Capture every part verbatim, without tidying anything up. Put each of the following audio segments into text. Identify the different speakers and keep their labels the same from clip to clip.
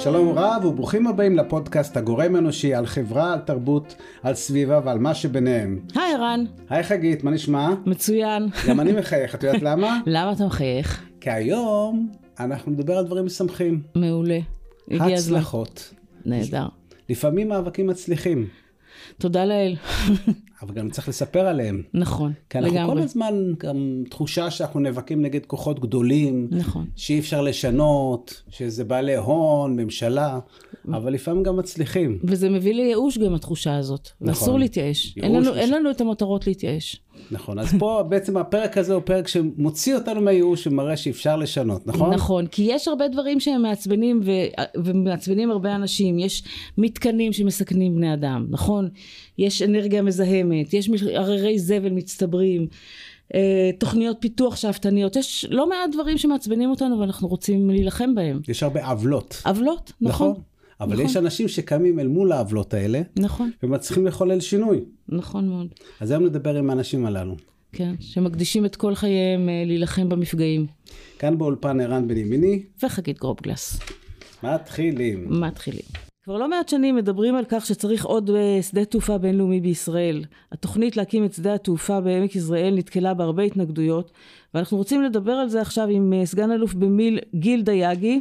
Speaker 1: שלום רב וברוכים הבאים לפודקאסט הגורם האנושי על חברה, על תרבות, על סביבה ועל מה שביניהם.
Speaker 2: היי ערן.
Speaker 1: היי חגית, מה נשמע?
Speaker 2: מצוין.
Speaker 1: גם אני מחייך, את יודעת למה?
Speaker 2: למה אתה מחייך?
Speaker 1: כי היום אנחנו נדבר על דברים משמחים.
Speaker 2: מעולה. הגיע הזמן.
Speaker 1: הצלחות.
Speaker 2: נהדר.
Speaker 1: לפעמים מאבקים מצליחים.
Speaker 2: תודה לאל.
Speaker 1: אבל גם צריך לספר עליהם.
Speaker 2: נכון,
Speaker 1: כי אנחנו
Speaker 2: לגמרי.
Speaker 1: כל הזמן גם תחושה שאנחנו נאבקים נגד כוחות גדולים.
Speaker 2: נכון.
Speaker 1: שאי אפשר לשנות, שזה בעלי הון, ממשלה, אבל לפעמים גם מצליחים.
Speaker 2: וזה מביא לייאוש גם התחושה הזאת.
Speaker 1: נכון.
Speaker 2: ואסור להתייאש. אין לנו, אין לנו את המטרות להתייאש.
Speaker 1: נכון, אז פה בעצם הפרק הזה הוא פרק שמוציא אותנו מהייאוש ומראה שאפשר לשנות, נכון?
Speaker 2: נכון, כי יש הרבה דברים שהם מעצבנים ו... ומעצבנים הרבה אנשים. יש מתקנים שמסכנים בני אדם, נכון? יש אנרגיה מזהמת, יש הררי זבל מצטברים, תוכניות פיתוח שאפתניות, יש לא מעט דברים שמעצבנים אותנו ואנחנו רוצים להילחם בהם.
Speaker 1: יש הרבה עוולות.
Speaker 2: עוולות, נכון.
Speaker 1: נכון? אבל
Speaker 2: נכון.
Speaker 1: יש אנשים שקמים אל מול העוולות האלה,
Speaker 2: נכון.
Speaker 1: ומצליחים לחולל שינוי.
Speaker 2: נכון מאוד.
Speaker 1: אז היום נדבר עם האנשים הללו.
Speaker 2: כן, שמקדישים את כל חייהם להילחם במפגעים.
Speaker 1: כאן באולפן ערן בן ימיני.
Speaker 2: וחגית גרובגלס.
Speaker 1: מתחילים.
Speaker 2: מתחילים. כבר לא מעט שנים מדברים על כך שצריך עוד שדה תעופה בינלאומי בישראל. התוכנית להקים את שדה התעופה בעמק יזרעאל נתקלה בהרבה התנגדויות, ואנחנו רוצים לדבר על זה עכשיו עם סגן אלוף במיל גיל דייגי,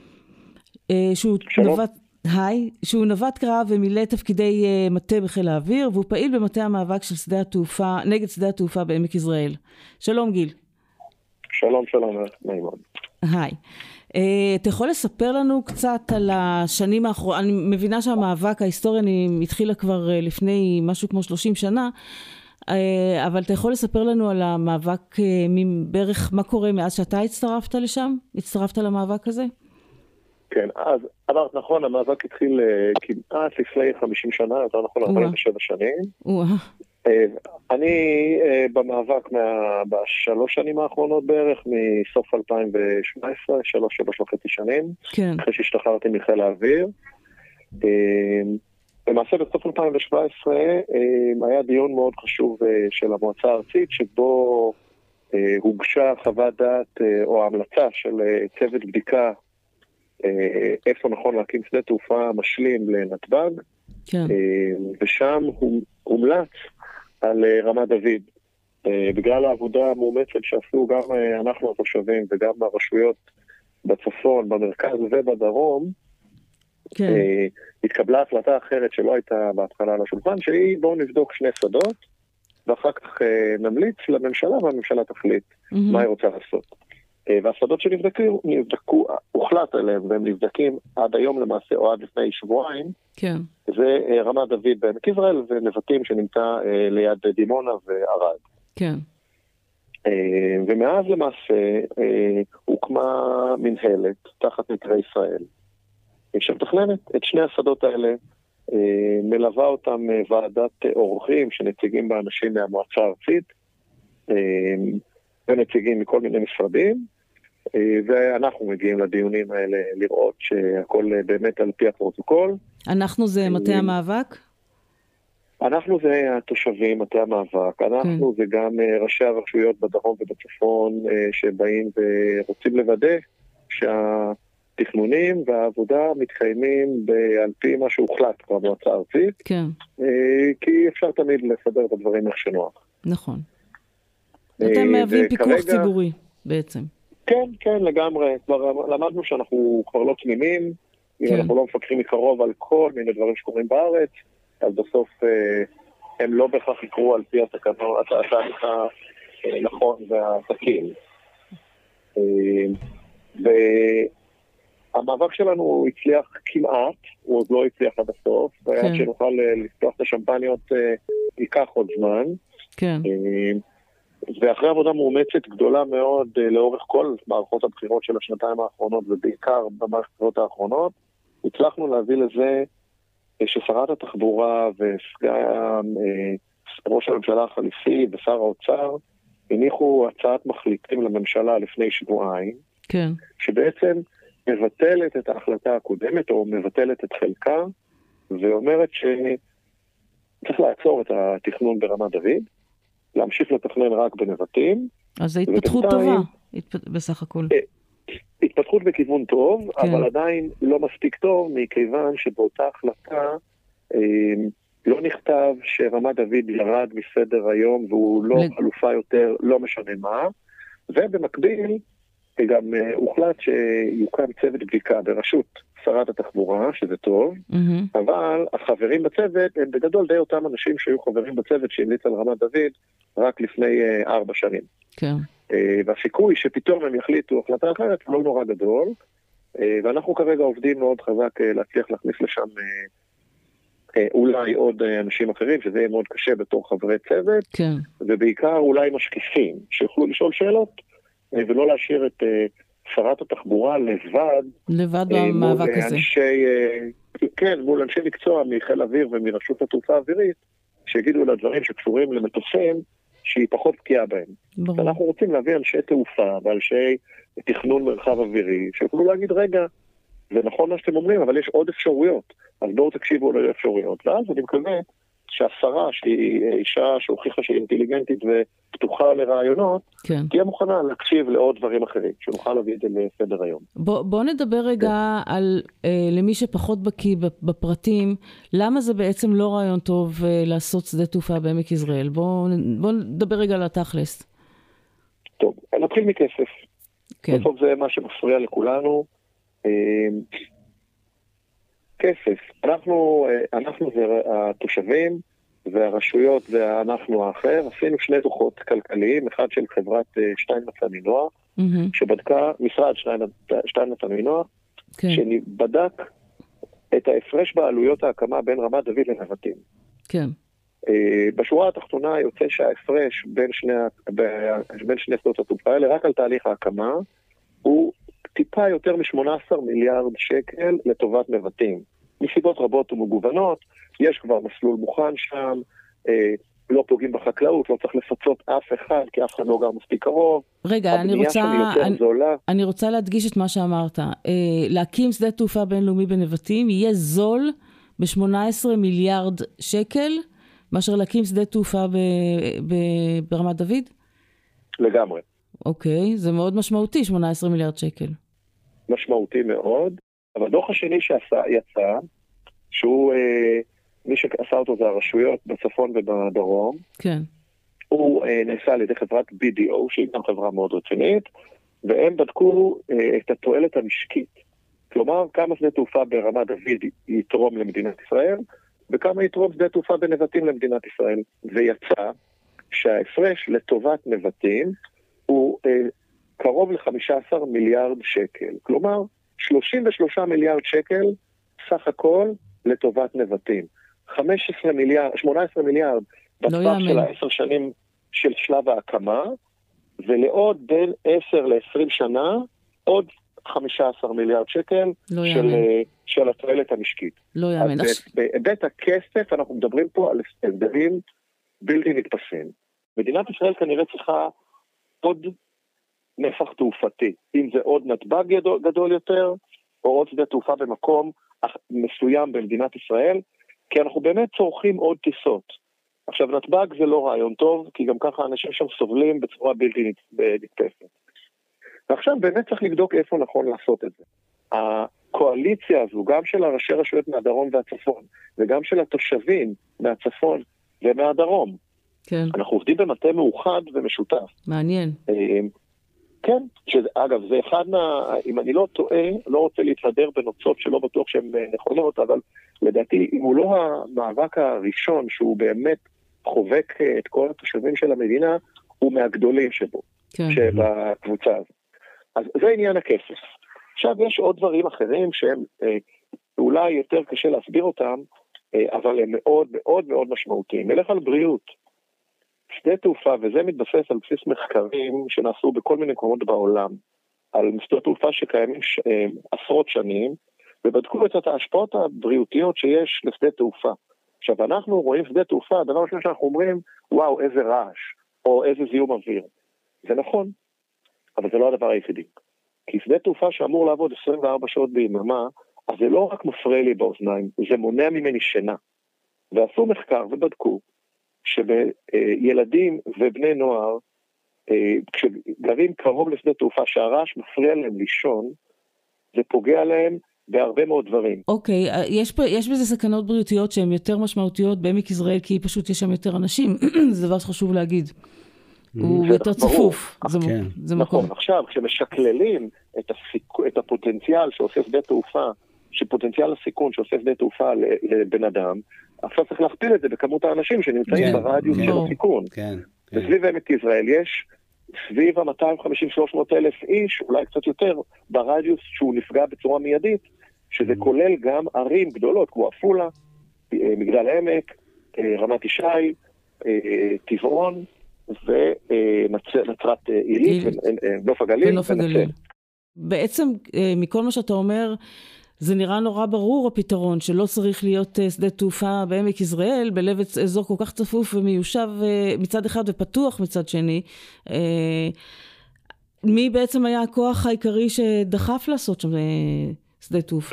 Speaker 2: שהוא נווט, היי, שהוא נווט קרב ומילא תפקידי מטה בחיל האוויר, והוא פעיל במטה המאבק של שדה התעופה, נגד שדה התעופה בעמק יזרעאל. שלום גיל.
Speaker 3: שלום, שלום, נעים מאוד.
Speaker 2: היי. אתה יכול לספר לנו קצת על השנים האחרונות? אני מבינה שהמאבק ההיסטורי התחילה כבר לפני משהו כמו שלושים שנה, אבל אתה יכול לספר לנו על המאבק בערך מה קורה מאז שאתה הצטרפת לשם? הצטרפת למאבק הזה?
Speaker 3: כן, אז אמרת נכון, המאבק התחיל כמעט לפני חמישים שנה, יותר נכון ארבעים ושבע שנים. אני במאבק בשלוש שנים האחרונות בערך, מסוף אלפיים ושבע עשרה, שלוש, שלוש וחצי שנים, אחרי שהשתחררתי מחיל האוויר. למעשה בסוף אלפיים ושבע עשרה היה דיון מאוד חשוב של המועצה הארצית, שבו הוגשה חוות דעת או המלצה של צוות בדיקה איפה נכון להקים שדה תעופה משלים לנתב"ג,
Speaker 2: כן.
Speaker 3: ושם הומלץ על רמת דוד. בגלל העבודה המאומצת שעשו גם אנחנו התושבים וגם הרשויות בצפון, במרכז ובדרום,
Speaker 2: כן.
Speaker 3: התקבלה החלטה אחרת שלא הייתה בהתחלה על השולחן, שהיא בואו נבדוק שני שדות, ואחר כך נמליץ לממשלה והממשלה תחליט mm-hmm. מה היא רוצה לעשות. והשדות שנבדקו, נבדקו, הוחלט עליהם, והם נבדקים עד היום למעשה, או עד לפני שבועיים.
Speaker 2: כן.
Speaker 3: זה רמת דוד בעמק יזרעאל, ונבטים שנמצא ליד דימונה וערד.
Speaker 2: כן.
Speaker 3: ומאז למעשה הוקמה מנהלת תחת נתיבי ישראל, שמתכננת את שני השדות האלה, מלווה אותם ועדת אורחים שנציגים באנשים מהמועצה הארצית, ונציגים מכל מיני משרדים, ואנחנו מגיעים לדיונים האלה לראות שהכל באמת על פי הפרוטוקול.
Speaker 2: אנחנו זה מטה המאבק?
Speaker 3: אנחנו זה התושבים, מטה המאבק. אנחנו זה גם ראשי הרשויות בדרום ובצפון שבאים ורוצים לוודא שהתכנונים והעבודה מתקיימים על פי מה שהוחלט במועצה הארצית.
Speaker 2: כן.
Speaker 3: כי אפשר תמיד לסדר את הדברים איך שנוח.
Speaker 2: נכון. אתם מהווים פיקוח ציבורי בעצם.
Speaker 3: כן, כן, לגמרי. כבר למדנו שאנחנו כבר לא תמימים, אם אנחנו לא מפקחים מקרוב על כל מיני דברים שקורים בארץ, אז בסוף הם לא בהכרח יקרו על פי התקנון, התהליך הנכון והתקין. והמאבק שלנו הצליח כמעט, הוא עוד לא הצליח עד הסוף, ועד שנוכל לפתוח את השמפניות ייקח עוד זמן.
Speaker 2: כן.
Speaker 3: ואחרי עבודה מאומצת גדולה מאוד לאורך כל מערכות הבחירות של השנתיים האחרונות, ובעיקר במערכות הבחירות האחרונות, הצלחנו להביא לזה ששרת התחבורה וסגן ראש הממשלה החליפי ושר האוצר הניחו הצעת מחליטים לממשלה לפני שבועיים,
Speaker 2: כן.
Speaker 3: שבעצם מבטלת את ההחלטה הקודמת, או מבטלת את חלקה, ואומרת שצריך לעצור את התכנון ברמת דוד, להמשיך לתכנן רק בנבטים.
Speaker 2: אז זו התפתחות טובה, בסך הכל.
Speaker 3: התפתחות בכיוון טוב,
Speaker 2: כן.
Speaker 3: אבל עדיין לא מספיק טוב, מכיוון שבאותה החלטה לא נכתב שרמת דוד ירד מסדר היום, והוא לא
Speaker 2: לג...
Speaker 3: חלופה יותר, לא משנה מה, ובמקביל גם הוחלט שיוקם צוות בדיקה בראשות שרת התחבורה, שזה טוב, mm-hmm. אבל החברים בצוות הם בגדול די אותם אנשים שהיו חברים בצוות שהמליץ על רמת דוד רק לפני ארבע שנים.
Speaker 2: כן.
Speaker 3: והסיכוי שפתאום הם יחליטו החלטה אחרת לא נורא גדול, ואנחנו כרגע עובדים מאוד חזק להצליח להכניס לשם אולי עוד אנשים אחרים, שזה יהיה מאוד קשה בתור חברי צוות,
Speaker 2: כן.
Speaker 3: ובעיקר אולי משקיפים שיוכלו לשאול שאלות, ולא להשאיר את שרת התחבורה לבד.
Speaker 2: לבד במאבק הזה.
Speaker 3: אנשי, כן, מול אנשי מקצוע מחיל אוויר ומרשות התעופה האווירית, שיגידו לדברים שקשורים למטוסים, שהיא פחות פגיעה בהם. ברור. אנחנו רוצים להביא אנשי תעופה ואנשי תכנון מרחב אווירי, שיוכלו להגיד, רגע, זה נכון מה שאתם אומרים, אבל יש עוד אפשרויות, אז בואו תקשיבו על אפשרויות. ואז אני מקווה שהשרה, שהיא אישה שהוכיחה שהיא אינטליגנטית ופתוחה לרעיונות, כן. תהיה מוכנה להקשיב לעוד דברים אחרים, שנוכל להביא את זה לסדר היום.
Speaker 2: בוא, בוא נדבר רגע כן. על אה, למי שפחות בקיא בפרטים, למה זה בעצם לא רעיון טוב אה, לעשות שדה תעופה בעמק יזרעאל? בוא, בוא נדבר רגע על התכלס.
Speaker 3: טוב, נתחיל מכסף.
Speaker 2: כן.
Speaker 3: בסוף זה מה שמפריע לכולנו. כסף. אנחנו, אנחנו זה התושבים והרשויות ואנחנו האחר, עשינו שני דוחות כלכליים, אחד של חברת שטיינמץ עמינוח, mm-hmm. שבדקה, משרד שטיינמץ עמינוח, okay. שבדק את ההפרש בעלויות ההקמה בין רמת דוד לנבטים.
Speaker 2: כן.
Speaker 3: Okay. בשורה התחתונה יוצא שההפרש בין שני, בין שני שדות התעופה האלה, רק על תהליך ההקמה, הוא טיפה יותר מ-שמונה עשר מיליארד שקל לטובת נבטים. מסיבות רבות ומגוונות, יש כבר מסלול מוכן שם, אה, לא פוגעים בחקלאות, לא צריך לפצות אף אחד, כי אף אחד לא גר מספיק קרוב.
Speaker 2: רגע, אני רוצה, אני, אני רוצה להדגיש את מה שאמרת. אה, להקים שדה תעופה בינלאומי בנבטים יהיה זול ב-שמונה עשרה מיליארד שקל, מאשר להקים שדה תעופה ב, ב, ברמת דוד?
Speaker 3: לגמרי.
Speaker 2: אוקיי, זה מאוד משמעותי, שמונה עשרה מיליארד שקל.
Speaker 3: משמעותי מאוד, אבל הדוח השני שיצא, שהוא, אה, מי שעשה אותו זה הרשויות בצפון ובדרום,
Speaker 2: כן.
Speaker 3: הוא אה, נעשה על ידי חברת בי די או, שהיא גם חברה מאוד רצינית, והם בדקו אה, את התועלת המשקית. כלומר, כמה שדה תעופה ברמת דוד יתרום למדינת ישראל, וכמה יתרום שדה תעופה בנבטים למדינת ישראל. ויצא שההפרש לטובת נבטים, הוא אה, קרוב ל-חמישה עשר מיליארד שקל. כלומר, שלושים ושלושה מיליארד שקל סך הכל לטובת נבטים. חמש עשרה מיליארד, שמונה עשרה מיליארד בטווח של עשר שנים של שלב ההקמה, ולעוד בין עשר לעשרים שנה, עוד חמישה עשר מיליארד שקל
Speaker 2: לא
Speaker 3: של, של התועלת המשקית.
Speaker 2: לא יאמן.
Speaker 3: אז בהיבט הכסף אנחנו מדברים פה על הסדרים בלתי נתפסים. מדינת ישראל כנראה צריכה עוד נפח תעופתי, אם זה עוד נתב"ג גדול, גדול יותר, או עוד שדה תעופה במקום מסוים במדינת ישראל, כי אנחנו באמת צורכים עוד טיסות. עכשיו, נתב"ג זה לא רעיון טוב, כי גם ככה אנשים שם סובלים בצורה בלתי נתפסת. ועכשיו באמת צריך לבדוק איפה נכון לעשות את זה. הקואליציה הזו, גם של הראשי רשויות מהדרום והצפון, וגם של התושבים מהצפון ומהדרום,
Speaker 2: כן.
Speaker 3: אנחנו עובדים במטה מאוחד ומשותף.
Speaker 2: מעניין.
Speaker 3: כן, שאגב, זה אחד מה, אם אני לא טועה, לא רוצה להתהדר בנוצות שלא בטוח שהן נכונות, אבל לדעתי, אם הוא לא המאבק הראשון שהוא באמת חובק את כל התושבים של המדינה, הוא מהגדולים שבו,
Speaker 2: כן.
Speaker 3: שבקבוצה הזאת. אז זה עניין הכסף. עכשיו, יש עוד דברים אחרים שהם אה, אולי יותר קשה להסביר אותם, אה, אבל הם מאוד מאוד מאוד משמעותיים. נלך על בריאות. שדה תעופה, וזה מתבסס על בסיס מחקרים שנעשו בכל מיני מקומות בעולם, על שדות תעופה שקיימים ש... עשרות שנים, ובדקו את ההשפעות הבריאותיות שיש לשדה תעופה. עכשיו, אנחנו רואים שדה תעופה, הדבר השני שאנחנו אומרים, וואו, איזה רעש, או איזה זיהום אוויר. זה נכון, אבל זה לא הדבר היחידי. כי שדה תעופה שאמור לעבוד עשרים וארבע שעות ביממה, אז זה לא רק מפריע לי באוזניים, זה מונע ממני שינה. ועשו מחקר ובדקו, שבילדים ובני נוער כשגרים קרוב לשדה תעופה שהרעש מפריע להם לישון, זה פוגע להם בהרבה מאוד דברים.
Speaker 2: אוקיי, יש, יש בזה סכנות בריאותיות שהן יותר משמעותיות בעמק יזרעאל, כי פשוט יש שם יותר אנשים, זה דבר שחשוב להגיד. הוא יותר צפוף. זה
Speaker 3: נכון, עכשיו, כשמשקללים את, הסיכ... את הפוטנציאל שעושה שדה תעופה, שפוטנציאל הסיכון שעושה שדה תעופה לבן אדם, עכשיו צריך להכפיל את זה בכמות האנשים שנמצאים ברדיוס של הסיכון. וסביב עמק יזרעאל יש סביב ה-מאתיים וחמישים עד שלוש מאות אלף איש, אולי קצת יותר, ברדיוס שהוא נפגע בצורה מיידית, שזה כולל גם ערים גדולות, כמו עפולה, מגדל העמק, רמת ישי, טבעון, ונצרת עילית, נוף הגליל.
Speaker 2: ונוף הגליל. בעצם, מכל מה שאתה אומר, זה נראה נורא ברור הפתרון, שלא צריך להיות שדה תעופה בעמק יזרעאל, בלב אזור כל כך צפוף ומיושב מצד אחד ופתוח מצד שני. מי בעצם היה הכוח העיקרי שדחף לעשות שם שדה תעופה?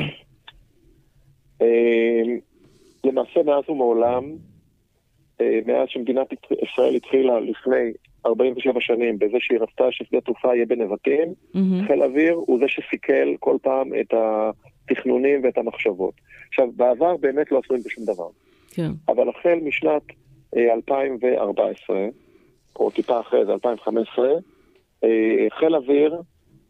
Speaker 3: למעשה מאז ומעולם, מאז שמדינת ישראל התחילה לפני ארבעים ושבע שנים, בזה שהיא רצתה ששדה תעופה יהיה בנבטים, חיל אוויר הוא זה שסיכל כל פעם את התכנונים ואת המחשבות. עכשיו, בעבר באמת לא עשו עם זה שום דבר.
Speaker 2: כן.
Speaker 3: אבל החל משנת אלפיים וארבע עשרה, או טיפה אחרי זה, אלפיים וחמש עשרה, חיל אוויר,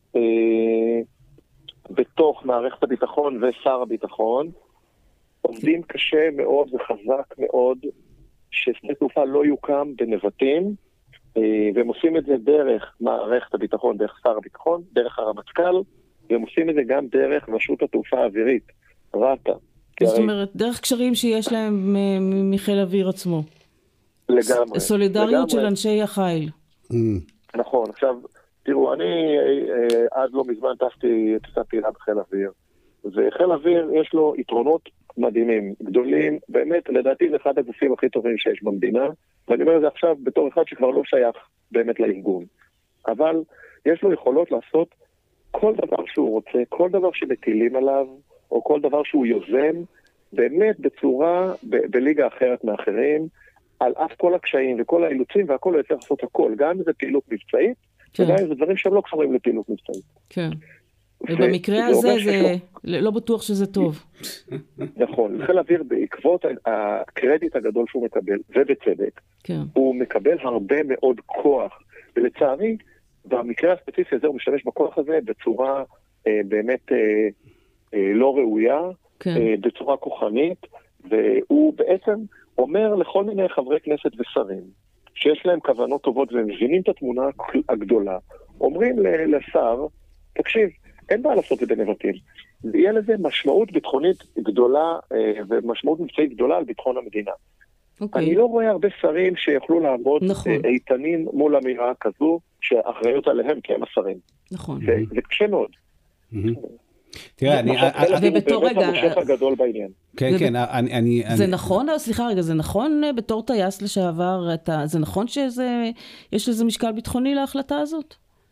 Speaker 3: בתוך מערכת הביטחון ושר הביטחון, עובדים קשה מאוד וחזק מאוד, ששדה תעופה לא יוקם בנבטים, והם עושים את זה דרך מערכת הביטחון, דרך שר הביטחון, דרך הרמטכ"ל, והם עושים את זה גם דרך רשות התעופה האווירית, רט"א.
Speaker 2: זאת אומרת, דרך קשרים שיש להם מחיל אוויר עצמו.
Speaker 3: לגמרי.
Speaker 2: סולידריות של אנשי החיל.
Speaker 3: נכון, עכשיו, תראו, אני עד לא מזמן טסתי טיסה פעילה בחיל אוויר, וחיל אוויר יש לו יתרונות מדהימים, גדולים, באמת, לדעתי זה אחד הגופים הכי טובים שיש במדינה, ואני אומר את זה עכשיו בתור אחד שכבר לא שייך באמת לארגון. אבל יש לו יכולות לעשות כל דבר שהוא רוצה, כל דבר שמטילים עליו, או כל דבר שהוא יוזם, באמת בצורה, ב- בליגה אחרת מאחרים, על אף כל הקשיים וכל האילוצים, והכל לא יצטרך לעשות הכל, גם אם זה פעילות מבצעית, כן. וגם אם זה דברים שהם לא קשורים לפעילות מבצעית.
Speaker 2: כן. ובמקרה הזה זה לא בטוח שזה טוב.
Speaker 3: נכון, חיל אוויר בעקבות הקרדיט הגדול שהוא מקבל, ובצדק, הוא מקבל הרבה מאוד כוח, ולצערי, במקרה הספציפי הזה הוא משתמש בכוח הזה בצורה באמת לא ראויה, בצורה כוחנית, והוא בעצם אומר לכל מיני חברי כנסת ושרים, שיש להם כוונות טובות והם מבינים את התמונה הגדולה, אומרים לשר, תקשיב, אין בעיה לעשות את זה בנבטים. יהיה לזה משמעות ביטחונית גדולה ומשמעות מבצעית גדולה על ביטחון המדינה. Okay. אני לא רואה הרבה שרים שיוכלו לעמוד נכון. איתנים מול אמירה כזו שאחריות עליהם כי הם השרים.
Speaker 2: נכון.
Speaker 3: זה, זה קשה מאוד.
Speaker 1: תראה, אני...
Speaker 2: ובתור רגע...
Speaker 3: זה המושך הגדול בעניין.
Speaker 1: כן, כן, אני...
Speaker 2: זה נכון, סליחה רגע, זה נכון בתור טייס לשעבר, זה נכון שיש לזה משקל ביטחוני להחלטה הזאת?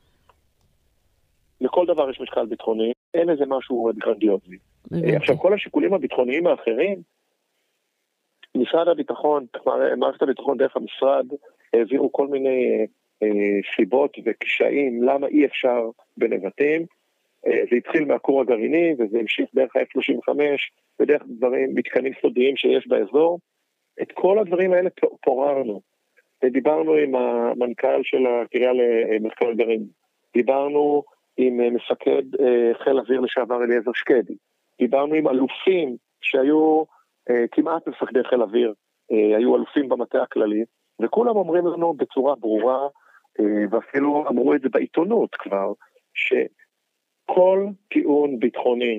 Speaker 3: לכל דבר יש משקל ביטחוני, אין איזה משהו גרנדיוזי. עכשיו, כל השיקולים הביטחוניים האחרים, משרד הביטחון, מערכת הביטחון דרך המשרד, העבירו כל מיני סיבות וקשיים, למה אי אפשר בנבטים. זה התחיל מהכור הגרעיני, וזה המשיך דרך ה-אף שלושים וחמש, ודרך דברים, מתקנים סודיים שיש באזור. את כל הדברים האלה פוררנו. ודיברנו עם המנכ"ל של הקריה למחקר גרעיני. דיברנו עם מפקד חיל אוויר לשעבר אליעזר שקדי. דיברנו עם אלופים שהיו כמעט מפקדי חיל אוויר, היו אלופים במטה הכללי, וכולם אומרים לנו בצורה ברורה, ואפילו אמרו את זה בעיתונות כבר, שכל טיעון ביטחוני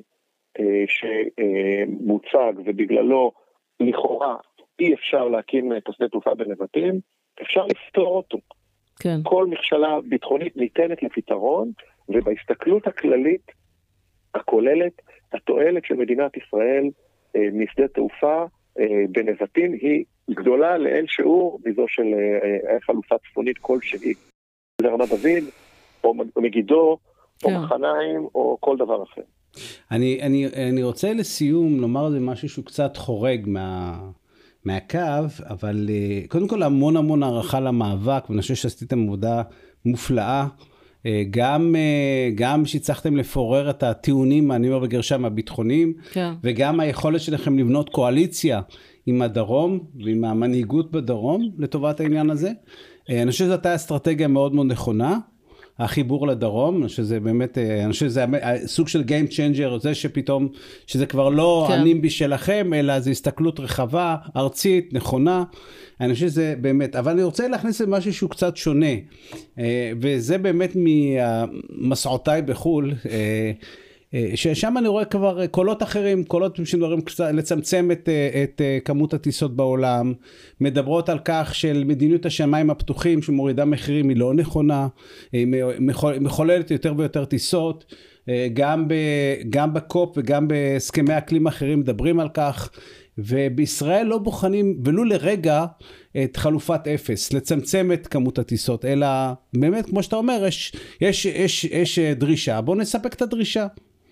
Speaker 3: שמוצג ובגללו לכאורה אי אפשר להקים את שדה תעופה בנבטים, אפשר לפתור אותו.
Speaker 2: כן.
Speaker 3: כל מכשלה ביטחונית ניתנת לפתרון, ובהסתכלות הכללית, הכוללת, התועלת של מדינת ישראל משדה תעופה בנבטים היא גדולה לאין שיעור מזו של חלופה צפונית כלשהי. זה רמת דוד, או מגידו, או מחניים, או כל דבר אחר.
Speaker 1: אני, אני, אני רוצה לסיום לומר זה משהו שהוא קצת חורג מה... מהקו, אבל קודם כל המון המון הערכה למאבק, ואני חושב שעשיתם עבודה מופלאה, גם, גם שהצלחתם לפורר את הטיעונים, אני אומר בגרשם הביטחוניים, כן. וגם היכולת שלכם לבנות קואליציה עם הדרום ועם המנהיגות בדרום לטובת העניין הזה. אני חושב שזאת אסטרטגיה מאוד מאוד נכונה, החיבור לדרום, אני חושב שזה באמת, אני חושב שזה סוג של game changer, זה שפתאום, שזה כבר לא כן. הנימבי שלכם, אלא זה הסתכלות רחבה, ארצית, נכונה, אני חושב שזה באמת, אבל אני רוצה להכניס למשהו שהוא קצת שונה, וזה באמת ממסעותיי בחול, ששם אני רואה כבר קולות אחרים, קולות שמדברים לצמצם את, את כמות הטיסות בעולם, מדברות על כך של מדיניות השמיים הפתוחים שמורידה מחירים היא לא נכונה, מחוללת יותר ויותר טיסות, גם, ב, גם בקופ וגם בהסכמי אקלים אחרים מדברים על כך, ובישראל לא בוחנים ולו לרגע את חלופת אפס, לצמצם את כמות הטיסות, אלא באמת כמו שאתה אומר, יש, יש, יש, יש דרישה, בוא נספק את הדרישה.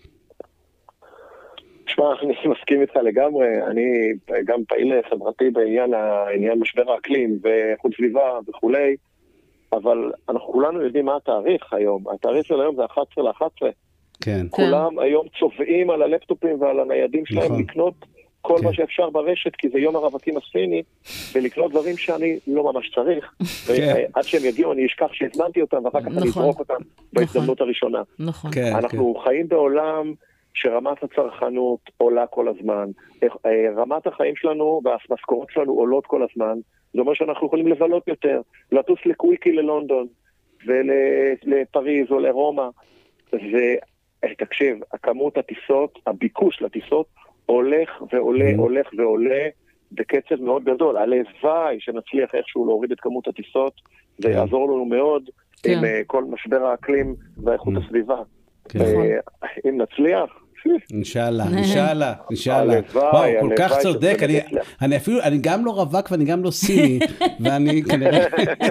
Speaker 3: תשמע, אני מסכים איתך לגמרי, אני גם פעיל חברתי בעניין העניין משבר האקלים ואיכות סביבה וכולי, אבל אנחנו כולנו יודעים מה התאריך היום, התאריך של היום זה אחת עשרה לאחת עשרה,
Speaker 1: כן.
Speaker 3: כולם היום צובעים על הלפטופים ועל הניידים שלהם נכון. לקנות כל כן. מה שאפשר ברשת, כי זה יום הרווקים הסיני, ולקנות דברים שאני לא ממש צריך, כן. ועד שהם יגיעו אני אשכח שהזמנתי אותם, ואחר כך נכון. אני אזרוק אותם נכון. בהזדמנות הראשונה.
Speaker 2: נכון.
Speaker 1: כן,
Speaker 3: אנחנו
Speaker 1: כן.
Speaker 3: חיים בעולם שרמת הצרכנות עולה כל הזמן, רמת החיים שלנו והמשכורות שלנו עולות כל הזמן, זה אומר שאנחנו יכולים לבלות יותר, לטוס לקוויקי ללונדון, ולפריז או לרומא, ותקשיב, הכמות הטיסות, הביקוש לטיסות, הולך ועולה, mm-hmm. הולך ועולה בקצב מאוד גדול. הלוואי שנצליח איכשהו להוריד את כמות הטיסות, זה יעזור לנו מאוד
Speaker 2: כן.
Speaker 3: עם uh, כל משבר האקלים והאיכות mm-hmm. הסביבה.
Speaker 1: כן.
Speaker 3: Uh, אם נצליח,
Speaker 1: אינשאללה, אינשאללה, אינשאללה. וואו, כל כך צודק, אני, אני אפילו, אני גם לא רווק ואני גם לא סיני, ואני כנראה...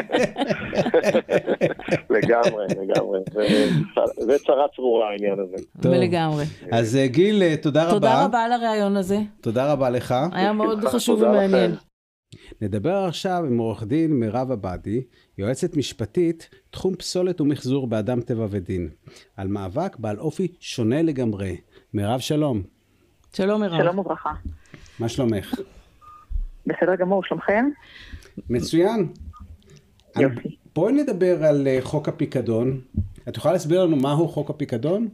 Speaker 3: לגמרי, לגמרי. זה צרה צרורה העניין הזה.
Speaker 2: ולגמרי.
Speaker 1: אז גיל, תודה רבה.
Speaker 2: תודה רבה על הרעיון הזה.
Speaker 1: תודה רבה לך.
Speaker 2: היה מאוד חשוב ומעניין.
Speaker 1: נדבר עכשיו עם עורך דין מירב עבדי, יועצת משפטית, תחום פסולת ומחזור באדם טבע ודין, על מאבק בעל אופי שונה לגמרי. מירב, שלום.
Speaker 2: שלום מירב.
Speaker 4: שלום וברכה.
Speaker 1: מה שלומך?
Speaker 4: בסדר גמור, שלומכם?
Speaker 1: מצוין.
Speaker 4: יופי.
Speaker 1: בואי נדבר על חוק הפיקדון. את יכולה להסביר לנו מהו חוק הפיקדון?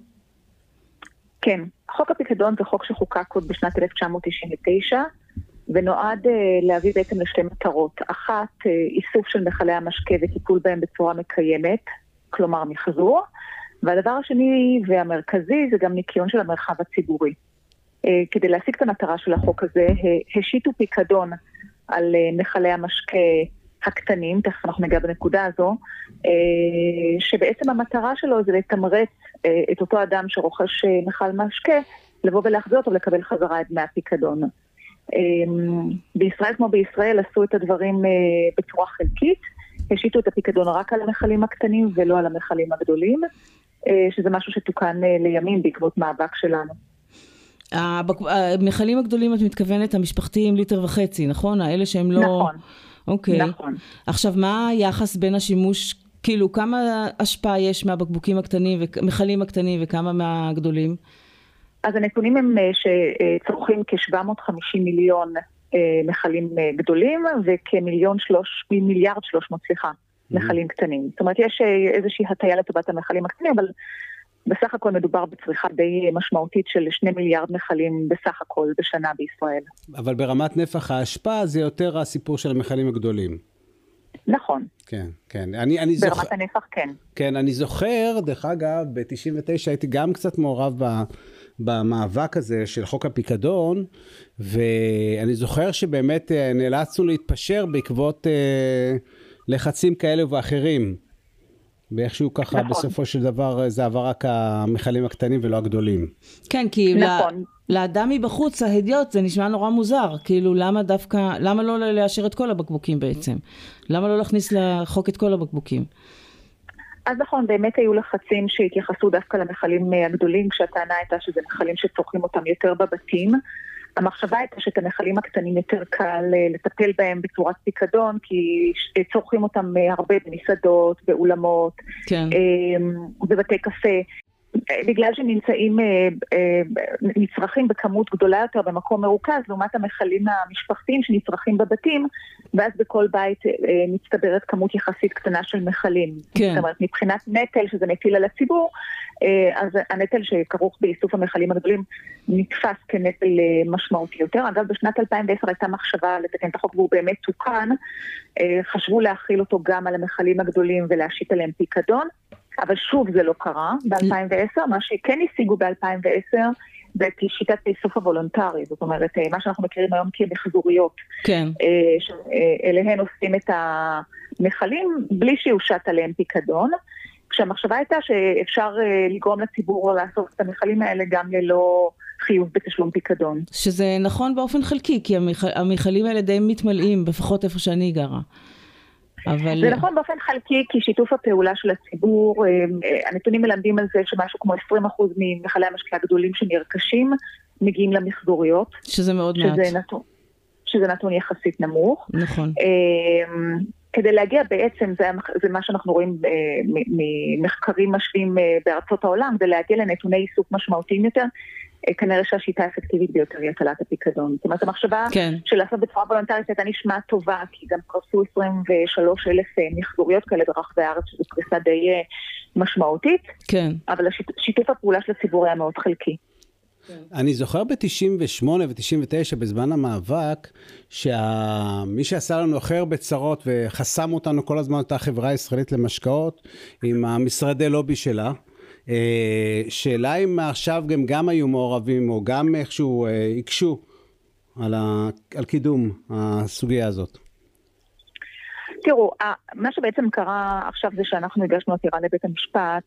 Speaker 4: כן, חוק הפיקדון זה חוק שחוקק עוד בשנת אלף תשע מאות תשעים ותשע, ונועד uh, להביא בעצם לשתי מטרות. אחת, uh, איסוף של מכלי המשקה וטיפול בהם בצורה מקיימת, כלומר מחזור. והדבר השני והמרכזי זה גם ניקיון של המרחב הציבורי. Uh, כדי להשיג את המטרה של החוק הזה, uh, השיתו פיקדון על uh, מכלי המשקה הקטנים, תכף אנחנו נגע בנקודה הזו, uh, שבעצם המטרה שלו זה לתמרץ uh, את אותו אדם שרוכש uh, מכל משקה, לבוא ולהחזיר אותו ולקבל חזרה את דמי הפיקדון. בישראל כמו בישראל עשו את הדברים בצורה חלקית, השיתו את הפיקדון רק על המכלים הקטנים ולא על המכלים הגדולים, שזה משהו שתוקן לימים בעקבות מאבק שלנו.
Speaker 2: המכלים הגדולים את מתכוונת המשפחתיים ליטר וחצי, נכון? האלה שהם לא...
Speaker 4: נכון.
Speaker 2: אוקיי.
Speaker 4: נכון.
Speaker 2: עכשיו מה היחס בין השימוש, כאילו כמה השפעה יש מהבקבוקים הקטנים ומכלים הקטנים וכמה מהגדולים?
Speaker 4: אז הנתונים הם שצורכים כ-שבע מאות וחמישים מיליון מכלים גדולים וכמיליון שלוש, מיליארד שלוש מאות, סליחה, מכלים קטנים. זאת אומרת, יש איזושהי הטיה לטובת המכלים הקטנים, אבל בסך הכל מדובר בצריכה די משמעותית של שני מיליארד מכלים בסך הכל בשנה בישראל. אבל
Speaker 1: ברמת נפח ההשפעה זה יותר הסיפור של המכלים הגדולים.
Speaker 4: נכון.
Speaker 1: כן, כן. אני, אני
Speaker 4: ברמת
Speaker 1: זוכר...
Speaker 4: הנפח, כן.
Speaker 1: כן, אני זוכר, דרך אגב, ב-תשעים ותשע הייתי גם קצת מעורב ב... במאבק הזה של חוק הפיקדון, ואני זוכר שבאמת נאלצנו להתפשר בעקבות אה, לחצים כאלה ואחרים, באיכשהו ככה נכון. בסופו של דבר זה עבר רק המכלים הקטנים ולא הגדולים.
Speaker 2: כן, כי
Speaker 4: נכון.
Speaker 2: לאדם מבחוץ ההדיוט זה נשמע נורא מוזר, כאילו למה דווקא, למה לא לאשר את כל הבקבוקים בעצם? למה לא להכניס לחוק את כל הבקבוקים?
Speaker 4: אז נכון, באמת היו לחצים שהתייחסו דווקא למכלים הגדולים, כשהטענה הייתה שזה מכלים שצורכים אותם יותר בבתים, המחשבה הייתה שאת המכלים הקטנים יותר קל לטפל בהם בצורת פיקדון, כי צורכים אותם הרבה במסעדות, באולמות,
Speaker 2: כן.
Speaker 4: בבתי קפה. בגלל שנמצאים, נצרכים בכמות גדולה יותר במקום מרוכז, לעומת המכלים המשפחתיים שנצרכים בבתים, ואז בכל בית מצטברת כמות יחסית קטנה של מכלים.
Speaker 2: כן.
Speaker 4: זאת אומרת, מבחינת נטל שזה מטיל על הציבור, אז הנטל שכרוך באיסוף המכלים הגדולים נתפס כנטל משמעותי יותר. אגב, בשנת אלפיים ועשר הייתה מחשבה לתקן את החוק והוא באמת תוקן, חשבו להכיל אותו גם על המכלים הגדולים ולהשית עליהם פיקדון, אבל שוב זה לא קרה ב-אלפיים ועשר, מה שכן השיגו ב-אלפיים ועשר זה שיטת האיסוף הוולונטרי, זאת אומרת, מה שאנחנו מכירים היום כמחזוריות,
Speaker 2: כן.
Speaker 4: אליהן עושים את המכלים בלי שיושת עליהם פיקדון, כשהמחשבה הייתה שאפשר לגרום לציבור לעשות את המכלים האלה גם ללא חיוב בתשלום פיקדון.
Speaker 2: שזה נכון באופן חלקי, כי המכלים האלה די מתמלאים, לפחות איפה שאני גרה. אבל...
Speaker 4: זה נכון באופן חלקי, כי שיתוף הפעולה של הציבור, הנתונים מלמדים על זה שמשהו כמו עשרים אחוז ממכלי המשקה הגדולים שנרכשים, מגיעים למחזוריות.
Speaker 2: שזה מאוד מעט.
Speaker 4: שזה נתון, שזה נתון יחסית נמוך.
Speaker 2: נכון.
Speaker 4: כדי להגיע בעצם, זה, זה מה שאנחנו רואים ממחקרים משווים בארצות העולם, כדי להגיע לנתוני איסוף משמעותיים יותר, כנראה שהשיטה האפקטיבית ביותר היא הטלת הפיקדון. זאת אומרת, המחשבה כן. של לעשות בצורה וולונטרית הייתה נשמעת טובה, כי גם פרסו עשרים ושלוש אלף מחזוריות כאלה ברחבי הארץ, שזו פריסה די משמעותית,
Speaker 2: כן.
Speaker 4: אבל שיתוף הפעולה של הציבור היה מאוד חלקי.
Speaker 1: אני זוכר ב-תשעים ושמונה ו-תשעים ותשע בזמן המאבק, שמי שעשה לנו אחר בצרות וחסם אותנו כל הזמן אותה חברה ישראלית למשקאות, עם המשרדי לובי שלה, שאלה אם עכשיו גם, גם היו מעורבים או גם איכשהו יקשו על, ה, על קידום הסוגיה הזאת.
Speaker 4: תראו, מה שבעצם קרה עכשיו זה שאנחנו הגשנו עתירה לבית המשפט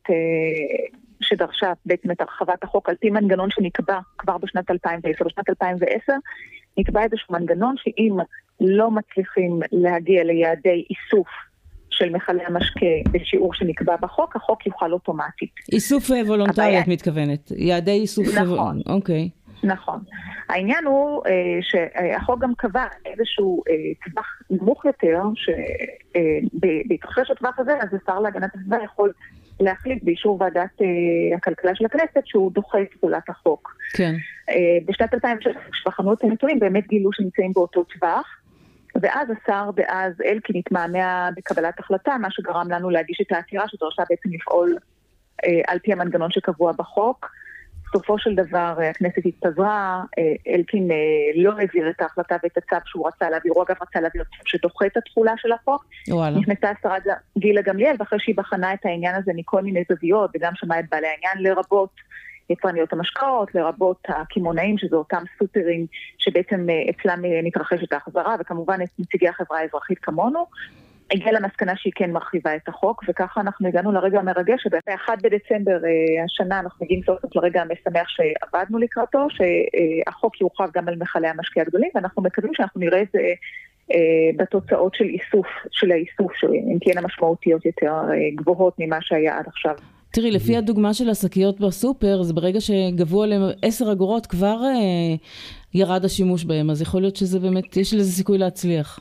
Speaker 4: שדרשה בעצם את הרחבת החוק על פי מנגנון שנקבע כבר בשנת אלפיים ועשר. בשנת אלפיים ועשר נקבע איזשהו מנגנון שאם לא מצליחים להגיע ליעדי איסוף של מכלי המשקה בשיעור שנקבע בחוק, החוק יוכל אוטומטית.
Speaker 2: איסוף וולונטרי את מתכוונת, יעדי איסוף
Speaker 4: נכון.
Speaker 2: אוקיי.
Speaker 4: נכון. העניין הוא שהחוק גם קבע איזשהו טווח נמוך יותר, שבהתרחש הטווח הזה, אז השר להגנת הסביבה יכול להחליט באישור ועדת הכלכלה של הכנסת, שהוא דוחה את תחולת החוק.
Speaker 2: כן.
Speaker 4: בשנת אלפיים ושש, כשבחנו את הנתונים, באמת גילו שנמצאים באותו טווח, ואז השר דאז אלקין התמהמה בקבלת החלטה, מה שגרם לנו להגיש את העתירה שדרשה בעצם לפעול אה, על פי המנגנון שקבוע בחוק. בסופו של דבר הכנסת התפזרה, אה, אלקין אה, לא העביר את ההחלטה ואת הצו שהוא רצה להעביר, הוא אגב רצה להעביר צו שדוחה את התחולה של החוק.
Speaker 2: וואלה.
Speaker 4: נכנסה השרה גילה גמליאל, ואחרי שהיא בחנה את העניין הזה מכל מיני זוויות, וגם שמעה את בעלי העניין לרבות, יצרניות המשקאות, לרבות הכימונאים, שזה אותם סופרים שבעצם אצלם מתרחשת ההחזרה, וכמובן את נציגי החברה האזרחית כמונו, הגיעה למסקנה שהיא כן מרחיבה את החוק, וככה אנחנו הגענו לרגע המרגש, שב-אחד בדצמבר השנה אנחנו מגיעים סוף לרגע המשמח שעבדנו לקראתו, שהחוק יורחב גם על מכלי המשקה הגדולים, ואנחנו מקווים שאנחנו נראה את זה בתוצאות של איסוף, של האיסוף, שהן תהיינה משמעותיות יותר גבוהות ממה שהיה עד עכשיו.
Speaker 2: תראי, לפי הדוגמה של השקיות בסופר, זה ברגע שגבו עליהם עשר אגורות, כבר אה, ירד השימוש בהם, אז יכול להיות שזה באמת, יש לזה סיכוי להצליח.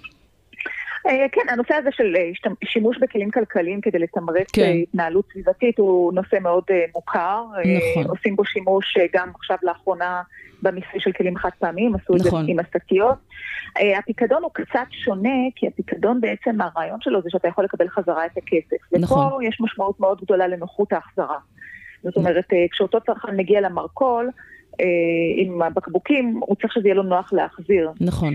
Speaker 4: אה, כן, הנושא הזה של שימוש בכלים כלכליים כדי לתמרץ כן. התנהלות סביבתית, הוא נושא מאוד אה, מוכר.
Speaker 2: נכון.
Speaker 4: אה, עושים בו שימוש אה, גם עכשיו לאחרונה במיסוי של כלים חד פעמים, עשו את
Speaker 2: נכון.
Speaker 4: זה עם השקיות. Uh, הפיקדון הוא קצת שונה, כי הפיקדון בעצם הרעיון שלו זה שאתה יכול לקבל חזרה את הכסף.
Speaker 2: נכון.
Speaker 4: ופה יש משמעות מאוד גדולה לנוחות ההחזרה. זאת אומרת, uh, כשאותו צרכן מגיע למרקול, uh, עם הבקבוקים, הוא צריך שזה יהיה לו נוח להחזיר.
Speaker 2: נכון.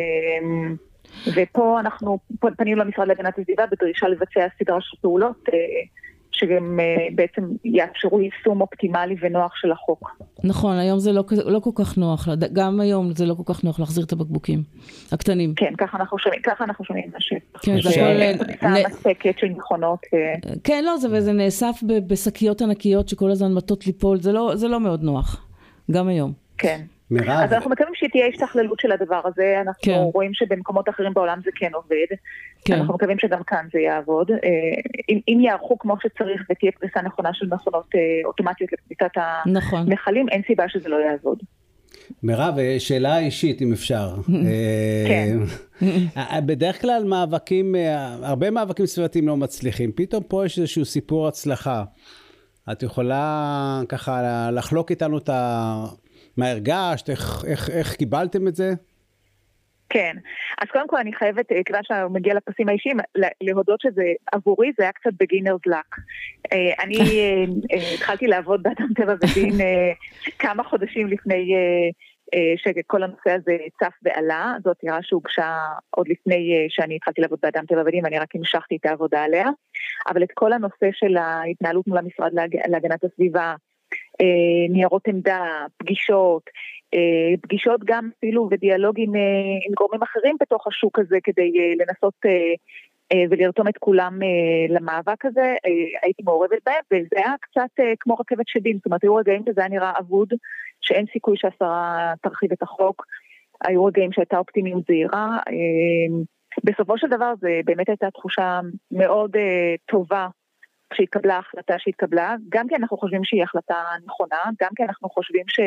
Speaker 4: Uh, ופה אנחנו פנינו למשרד להגנת הסביבה בדרישה לבצע סדרה של פעולות, uh, שגם uh, בעצם יאפשרו יישום אופטימלי ונוח של החוק.
Speaker 2: נכון, היום זה לא, לא כל כך נוח, גם היום זה לא כל כך נוח להחזיר את הבקבוקים הקטנים.
Speaker 4: כן, ככה אנחנו שומעים, ככה אנחנו שומעים בשטח.
Speaker 2: כן, זה הכל...
Speaker 4: מספקת של מכונות.
Speaker 2: כן, לא, זה וזה נאסף בשקיות ענקיות שכל הזמן מטות ליפול, זה לא, זה לא מאוד נוח, גם היום.
Speaker 4: כן.
Speaker 1: מירב.
Speaker 4: אז אנחנו מקווים שתהיה השתכללות של הדבר הזה, אנחנו
Speaker 2: כן.
Speaker 4: רואים שבמקומות אחרים בעולם זה כן עובד,
Speaker 2: כן.
Speaker 4: אנחנו מקווים שגם כאן זה יעבוד. אם, אם יערכו כמו שצריך ותהיה פריסה נכונה של מכונות אוטומטיות לפריסת
Speaker 2: נכון.
Speaker 4: המכלים, אין סיבה שזה לא יעבוד.
Speaker 1: מירב, שאלה אישית אם אפשר.
Speaker 4: כן.
Speaker 1: בדרך כלל מאבקים, הרבה מאבקים סביבתיים לא מצליחים, פתאום פה יש איזשהו סיפור הצלחה. את יכולה ככה לחלוק איתנו את ה... מה הרגשת, איך, איך, איך קיבלתם את זה?
Speaker 4: כן, אז קודם כל אני חייבת, כיוון שאני מגיע לפסים האישיים, להודות שזה עבורי, זה היה קצת בגינרס לק. אני התחלתי לעבוד באדם טבע ודין כמה חודשים לפני שכל הנושא הזה צף ועלה, זאת עתירה שהוגשה עוד לפני שאני התחלתי לעבוד באדם טבע ודין, ואני רק המשכתי את העבודה עליה, אבל את כל הנושא של ההתנהלות מול המשרד להגנת הסביבה, ניירות עמדה, פגישות, פגישות גם אפילו ודיאלוגים עם גורמים אחרים בתוך השוק הזה כדי לנסות ולרתום את כולם למאבק הזה, הייתי מעורבת בהם, וזה היה קצת כמו רכבת שדים, זאת אומרת, היו רגעים שזה היה נראה אבוד, שאין סיכוי שהשרה תרחיב את החוק, היו רגעים שהייתה אופטימיות זהירה, בסופו של דבר זה באמת הייתה תחושה מאוד טובה, כשהתקבלה ההחלטה שהתקבלה, גם כי אנחנו חושבים שהיא החלטה נכונה, גם כי אנחנו חושבים ש...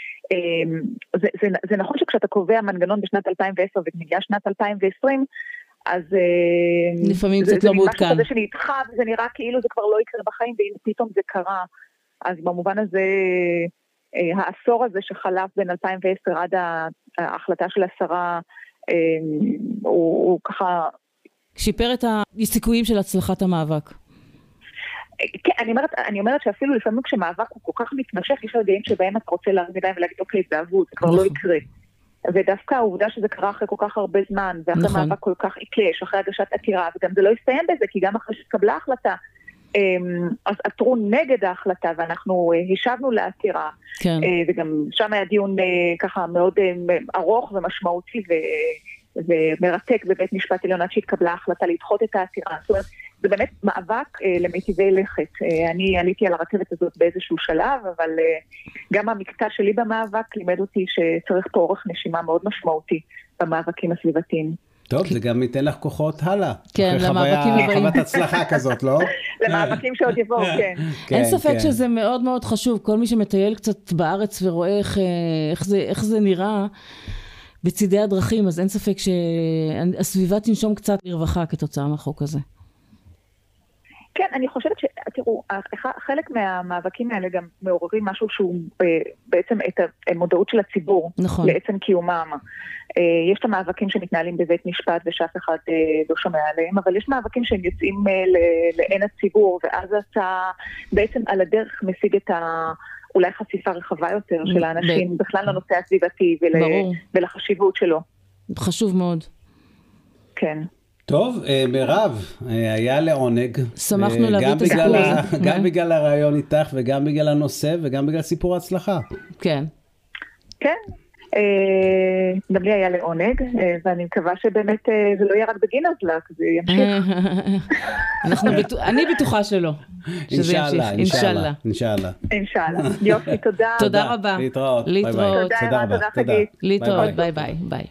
Speaker 4: זה, זה, זה נכון שכשאתה קובע מנגנון בשנת אלפיים ועשר ומגיעה שנת אלפיים ועשרים, אז...
Speaker 2: לפעמים זה, זה לא מעודכן.
Speaker 4: זה משהו כזה שנדחה, וזה נראה כאילו זה כבר לא יקרה בחיים, והנה פתאום זה קרה. אז במובן הזה, העשור הזה שחלף בין אלפיים ועשר עד ההחלטה של השרה, הוא, הוא ככה...
Speaker 2: שיפר את הסיכויים של הצלחת המאבק.
Speaker 4: כן, אני אומרת, אני אומרת שאפילו לפעמים כשמאבק הוא כל כך מתמשך, יש רגעים שבהם אתה רוצה להרים ידיים ולהגיד, אוקיי, זה אבוד, זה כבר לא יקרה. ודווקא העובדה שזה קרה אחרי כל כך הרבה זמן, ואחרי מאבק כל כך עיקש, אחרי הגשת עתירה, וגם זה לא יסתיים בזה, כי גם אחרי שתקבלה החלטה, אז עתרו נגד ההחלטה, ואנחנו השבנו לעתירה, וגם שם היה דיון ככה מאוד ארוך ומשמעותי ומרתק בבית משפט עליון, עד שהתקבלה ההחלטה לדחות את העתירה. זאת אומרת, זה באמת מאבק אה, למיטיבי לכת. אה, אני עליתי על הרכבת הזאת באיזשהו שלב, אבל אה, גם המקטע שלי במאבק לימד אותי שצריך פה אורך נשימה מאוד משמעותי במאבקים הסביבתיים.
Speaker 1: טוב, זה גם ייתן לך כוחות הלאה.
Speaker 2: כן, למאבקים הבאים.
Speaker 1: חוות הצלחה כזאת, לא?
Speaker 4: למאבקים שעוד יבואו, כן.
Speaker 2: אין ספק שזה מאוד מאוד חשוב. כל מי שמטייל קצת בארץ ורואה איך זה נראה בצידי הדרכים, אז אין ספק שהסביבה תנשום קצת לרווחה כתוצאה מהחוק הזה.
Speaker 4: כן, אני חושבת שתראו, חלק מהמאבקים האלה גם מעוררים משהו שהוא בעצם את המודעות של הציבור, נכון. לעצם קיומם. יש את המאבקים שמתנהלים בבית משפט ושאף אחד לא שומע עליהם, אבל יש מאבקים שהם יוצאים לעין הציבור, ואז אתה בעצם על הדרך משיג את ה... אולי חשיפה רחבה יותר של האנשים, בכלל לנושא הסביבתי ול... ולחשיבות שלו.
Speaker 2: חשוב מאוד.
Speaker 4: כן.
Speaker 1: טוב, מירב, היה לעונג.
Speaker 2: שמחנו להביא את הסיפור הזה.
Speaker 1: גם בגלל הרעיון איתך וגם בגלל הנושא וגם בגלל סיפור ההצלחה.
Speaker 2: כן. כן.
Speaker 4: גם לי היה לעונג, ואני מקווה שבאמת זה לא יהיה רק בגינרס לק, זה ימשיך.
Speaker 2: אני בטוחה שלא.
Speaker 1: אינשאללה, אינשאללה. אינשאללה.
Speaker 4: אינשאללה. יופי, תודה.
Speaker 2: תודה רבה.
Speaker 1: להתראות.
Speaker 2: להתראות.
Speaker 4: תודה רבה, תודה.
Speaker 2: להתראות, ביי ביי. ביי.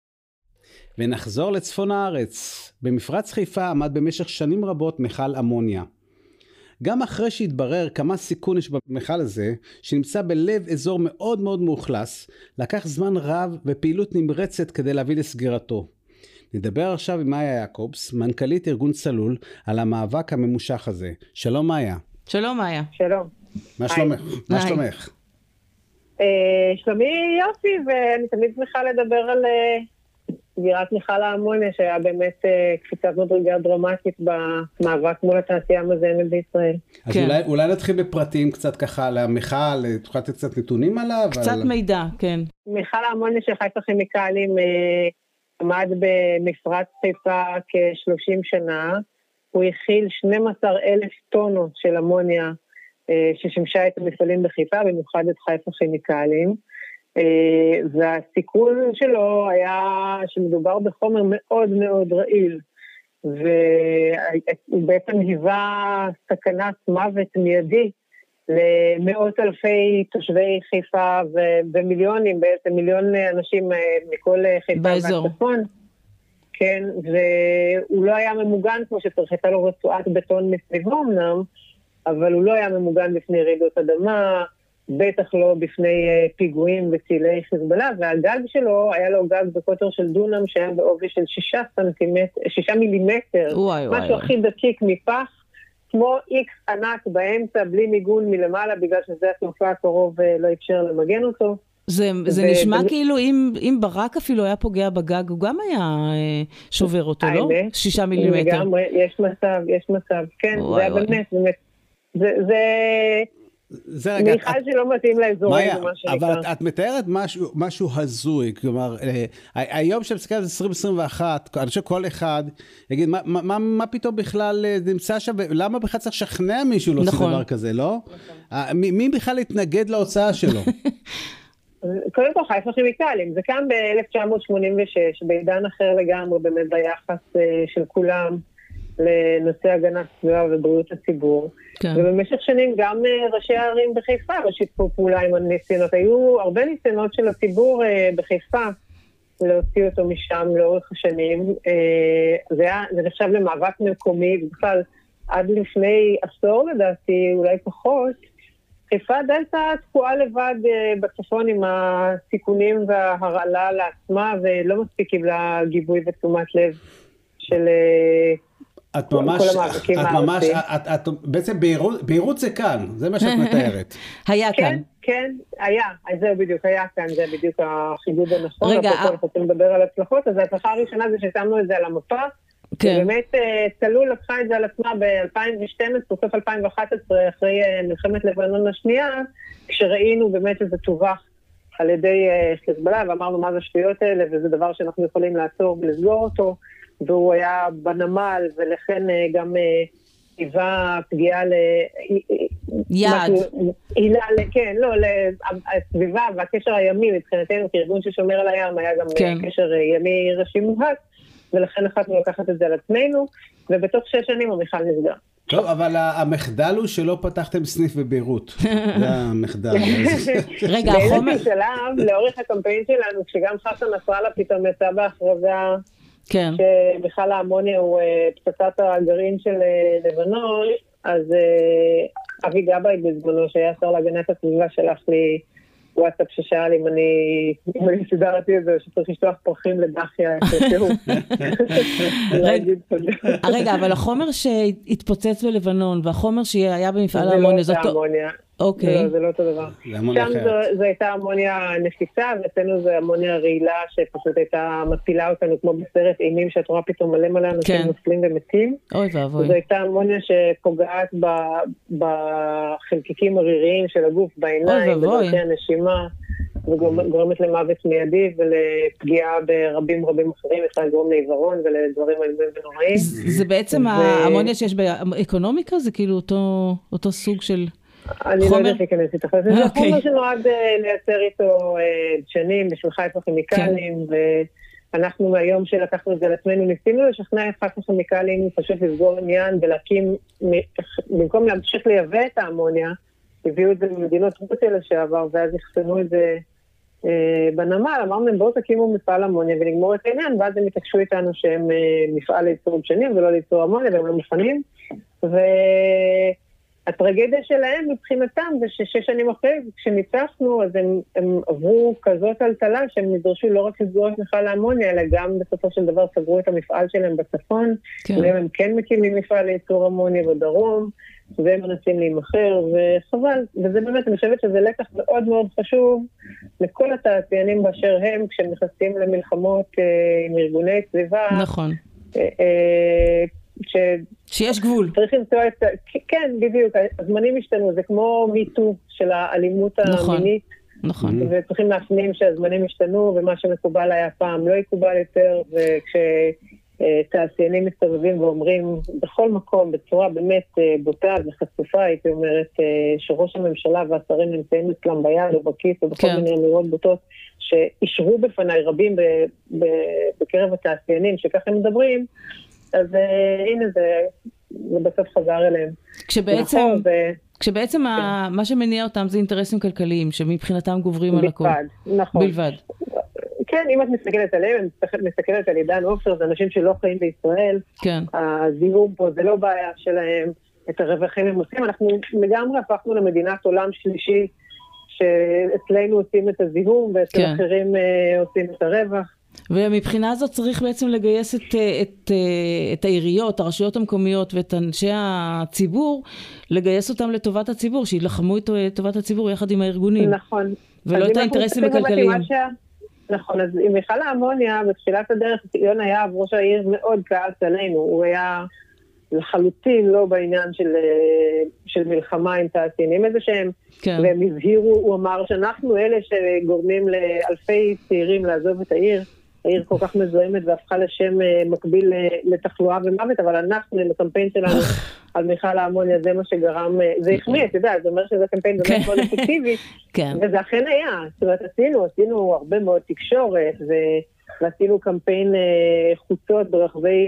Speaker 1: ונחזור לצפון הארץ. במפרץ חיפה עמד במשך שנים רבות מכל אמוניה. גם אחרי שהתברר כמה סיכון יש במכל הזה, שנמצא בלב אזור מאוד מאוד מאוכלס, לקח זמן רב ופעילות נמרצת כדי להביא לסגירתו. נדבר עכשיו עם מאיה יעקובס, מנכ"לית ארגון צלול, על המאבק הממושך הזה. שלום מאיה.
Speaker 2: שלום מאיה.
Speaker 5: שלום.
Speaker 1: מה שלומך? מה שלומך?
Speaker 5: שלומי יופי, ואני תמיד שמחה לדבר על סגירת מכל האמוניה, שהיה באמת קפיצת מדרגה דרמטית במאבק מול התעשייה המזהמת בישראל.
Speaker 1: אז אולי, אולי נתחיל בפרטים קצת ככה על המכל, תוכל לתת קצת נתונים עליו?
Speaker 2: קצת
Speaker 1: על...
Speaker 2: מידע, כן.
Speaker 5: מכל האמוניה של חיפה כימיקלים עמד במפרץ חיפה כ-שלושים שנה, הוא הכיל שנים עשר אלף טונות של אמוניה ששימשה את המפעלים בחיפה, במיוחד את חיפה כימיקלים. והסיכון שלו היה שמדובר בחומר מאוד מאוד רעיל, והוא בעצם היווה סכנת מוות מיידי למאות אלפי תושבי חיפה ומיליונים, בעצם מיליון אנשים מכל חיפה והצפון. כן, והוא לא היה ממוגן כמו שצריך, הייתה לו רצועת בטון מסביבו אמנם, אבל הוא לא היה ממוגן בפני רעידות אדמה, בטח לא בפני פיגועים וטילי חיזבאללה, והגג שלו היה לו גג בקוטר של דונם שהיה בעובי של שישה סנטימטר, שישה מילימטר,
Speaker 2: וואי,
Speaker 5: משהו
Speaker 2: וואי,
Speaker 5: הכי דקיק מפח, כמו איקס ענק באמצע, בלי מיגון מלמעלה, בגלל שזה התנופה הקרוב לא אפשר למגן אותו.
Speaker 2: זה, זה ו... נשמע ו... כאילו אם, אם ברק אפילו היה פוגע בגג, הוא גם היה אה, שובר אותו, לא? שישה מילימטר.
Speaker 5: לגמרי, יש מצב, יש מצב, כן, וואי, זה היה וואי. באמת, באמת, זה... זה...
Speaker 1: זה רגע,
Speaker 5: מיכל את, שלא מתאים לאזורים,
Speaker 1: מה שנקרא. אבל את, את מתארת משהו, משהו הזוי, כלומר, אה, היום שמסתכל על עשרים עשרים ואחת, אני חושב כל אחד יגיד, מה, מה, מה פתאום בכלל נמצא שם, למה בכלל צריך לשכנע מישהו לעשות נכון. דבר כזה, לא? נכון. מי, מי בכלל התנגד להוצאה שלו?
Speaker 5: קודם כל חיפה כימיקלים, זה קם ב-אלף תשע מאות שמונים ושש, בעידן אחר לגמרי, באמת ביחס uh, של כולם לנושא הגנת סביבה ובריאות הציבור. כן. ובמשך שנים גם uh, ראשי הערים בחיפה שיתפו פעולה עם הניסיונות. היו הרבה ניסיונות של הציבור uh, בחיפה להוציא אותו משם לאורך השנים. Uh, זה, היה, זה נחשב למאבק מקומי, ובכלל עד לפני עשור לדעתי, אולי פחות, חיפה די הייתה תקועה לבד בצפון עם הסיכונים וההרעלה לעצמה, ולא מספיק קיבלה גיבוי ותשומת לב של
Speaker 1: את ממש, כל המאבקים את ממש, את, את, בעצם ביירות, ביירות זה כאן, זה מה שאת מתארת.
Speaker 2: היה
Speaker 5: כן,
Speaker 2: כאן.
Speaker 5: כן, היה, אז זה בדיוק, היה כאן, זה בדיוק החידוד הנכון. רגע, אנחנו רוצים לדבר על הצלחות, אז ההצלחה הראשונה זה ששמנו את זה על המפה, כן. ובאמת צלול לקחה את זה על עצמה ב-אלפיים ושתים עשרה, בסוף אלפיים ואחת עשרה, אחרי מלחמת לבנון השנייה, כשראינו באמת שזה טווח על ידי חיזבאללה, ואמרנו מה זה השטויות האלה, וזה דבר שאנחנו יכולים לעצור ולסגור אותו, והוא היה בנמל, ולכן גם היווה פגיעה ל...
Speaker 2: יעד.
Speaker 5: הילה, כן, לא, הסביבה והקשר הימי, מבחינתנו כארגון ששומר על הים, היה גם כן. קשר ימי ראשי מובהק, ולכן החלטנו לקחת את זה על עצמנו, ובתוך שש שנים המכל נסגר.
Speaker 1: טוב, אבל המחדל הוא שלא פתחתם סניף בביירות. זה המחדל.
Speaker 2: רגע, החומר...
Speaker 5: באיזשהו שלב, לאורך הקמפיין שלנו, כשגם חסן נסראללה פתאום יצא בהכרזה, שבכלל האמוניה הוא פצצת הגרעין של לבנון, אז אבי גבאי בזמנו, שהיה שר להגנת הסביבה, שלח לי וואטסאפ ששאל אם אני, אם אני סידרתי את זה, שצריך לשלוח פרחים לדחיה, איפשהו.
Speaker 2: רגע, אבל החומר שהתפוצץ בלבנון, והחומר שהיה במפעל האמוניה,
Speaker 5: זה לא אותה אמוניה.
Speaker 2: אוקיי.
Speaker 5: זה לא אותו דבר. שם זו הייתה אמוניה נפיצה, ואצלנו זו אמוניה רעילה, שפשוט הייתה מפילה אותנו, כמו בסרט אימים, שאת רואה פתאום מלא מלא אנשים נופלים ומתים.
Speaker 2: אוי ואבוי.
Speaker 5: זו הייתה אמוניה שפוגעת בחלקיקים הריריים של הגוף, בעיניים, בדרכי הנשימה, וגורמת למוות מיידי ולפגיעה ברבים רבים אחרים, יכולה לגרום לעיוורון ולדברים איומים ונוראים.
Speaker 2: זה בעצם האמוניה שיש באקונומיקה? זה כאילו אותו סוג של...
Speaker 5: אני לא יודעת להיכנס איתך. זה חומר שנועד לייצר איתו דשנים בשביל חיפה כימיקלים, ואנחנו מהיום שלקחנו את זה לעצמנו, ניסינו לשכנע את חיפה כימיקלים, פשוט לסגור עניין ולהקים, במקום להמשיך לייבא את האמוניה, הביאו את זה במדינות רוסיה לשעבר, ואז יחסנו את זה בנמל, אמרנו להם בואו תקימו מפעל אמוניה ונגמור את העניין, ואז הם התעקשו איתנו שהם מפעל לייצור דשנים ולא לייצור אמוניה, והם לא מוכנים, ו... הטרגדיה שלהם מבחינתם זה ששש שנים אחרי, כשניצחנו, אז הם, הם עברו כזאת טלטלה שהם נדרשו לא רק לסגור את מפעל האמוניה, אלא גם בסופו של דבר סגרו את המפעל שלהם בצפון, כן. והם הם כן מקימים מפעל לייצור אמוניה בדרום, והם מנסים להימחר, וחבל. וזה באמת, אני חושבת שזה לקח מאוד מאוד חשוב לכל התעשיינים באשר הם, כשהם נכנסים למלחמות אה, עם ארגוני סביבה.
Speaker 2: נכון.
Speaker 5: אה, אה,
Speaker 2: ש... שיש גבול.
Speaker 5: צריך למצוא את... כן, בדיוק. הזמנים השתנו. זה כמו מיטו של האלימות
Speaker 2: נכון,
Speaker 5: המינית.
Speaker 2: נכון.
Speaker 5: וצריכים להפנים שהזמנים השתנו, ומה שמקובל היה פעם לא יקובל יותר, וכשתעשיינים מסתובבים ואומרים בכל מקום, בצורה באמת בוטה וחשופה, הייתי אומרת, שראש הממשלה והשרים נמצאים אצלם ביד או בכיס, או בכל כן. מיני אמירות בוטות, שאישרו בפניי רבים ב... ב... בקרב התעשיינים, שככה הם מדברים, אז uh, הנה זה, זה בסוף חזר אליהם.
Speaker 2: כשבעצם, נכון, ו... כשבעצם כן. ה, מה שמניע אותם זה אינטרסים כלכליים, שמבחינתם גוברים על הכל.
Speaker 5: בלבד, נכון.
Speaker 2: בלבד.
Speaker 5: כן, אם את מסתכלת עליהם, את מסתכלת על עידן עופר, זה אנשים שלא חיים בישראל.
Speaker 2: כן.
Speaker 5: הזיהום פה זה לא בעיה שלהם, את הרווחים הם עושים. אנחנו לגמרי הפכנו למדינת עולם שלישי, שאצלנו עושים את הזיהום, ואצל כן. אחרים עושים את הרווח.
Speaker 2: ומבחינה הזאת צריך בעצם לגייס את, את, את העיריות, הרשויות המקומיות ואת אנשי הציבור, לגייס אותם לטובת הציבור, שילחמו את טובת הציבור יחד עם הארגונים.
Speaker 5: נכון.
Speaker 2: ולא את האינטרסים הכלכליים.
Speaker 5: נכון, אז עם מיכל האמוניה, בתחילת הדרך, יונה יהב, ראש העיר, מאוד כעס עלינו. הוא היה לחלוטין לא בעניין של, של מלחמה עם תעשיינים איזה שהם, כן. והם הזהירו, הוא אמר שאנחנו אלה שגורמים לאלפי צעירים לעזוב את העיר, העיר כל כך מזוהמת והפכה לשם מקביל לתחלואה ומוות, אבל אנחנו, עם הקמפיין שלנו על מיכל האמוניה, זה מה שגרם, זה החמיא, אתה יודע, זה אומר שזה קמפיין באמת מאוד אפקטיבי, וזה אכן היה, זאת אומרת, עשינו, עשינו הרבה מאוד תקשורת, ועשינו קמפיין חוצות ברחבי